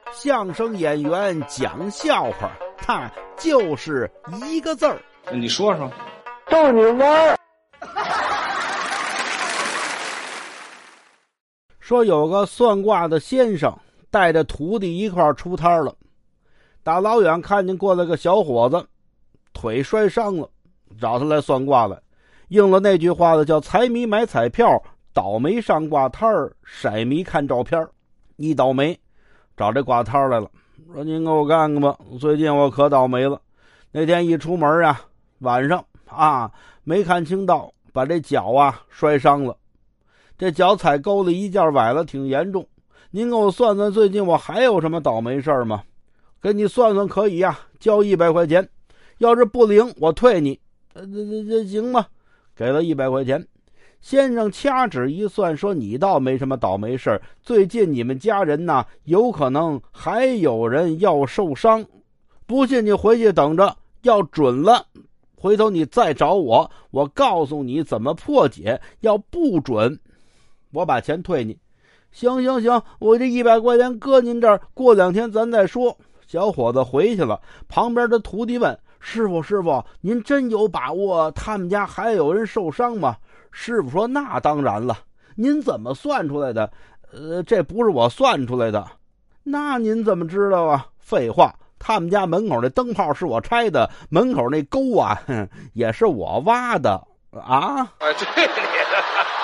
相声演员讲笑话，他就是一个字儿。 你说说。 逗你玩儿。 说有个算卦的先生带着徒弟一块儿出摊了，大老远看见过来个小伙子，腿摔伤了，找他来算卦来。应了那句话的，叫财迷买彩票，倒霉上卦摊儿，色迷看照片。一倒霉找这卦摊来了，说您给我看看吧，最近我可倒霉了。那天一出门啊，晚上没看清道，把这脚摔伤了。这脚踩沟里一件崴了，挺严重。您给我算算，最近我还有什么倒霉事儿吗？给你算算可以交100块钱，要是不灵我退你。这行吗？给了100块钱。先生掐指一算，说你倒没什么倒霉事儿，最近你们家人有可能还有人要受伤，不信你回去等着，要准了回头你再找我，我告诉你怎么破解，要不准我把钱退你。行，我这100块钱搁您这儿，过2天咱再说。小伙子回去了，旁边的徒弟问师傅，您真有把握他们家还有人受伤吗？师傅说那当然了。您怎么算出来的？这不是我算出来的。那您怎么知道啊？废话，他们家门口那灯泡是我拆的，门口那沟也是我挖的啊。 对。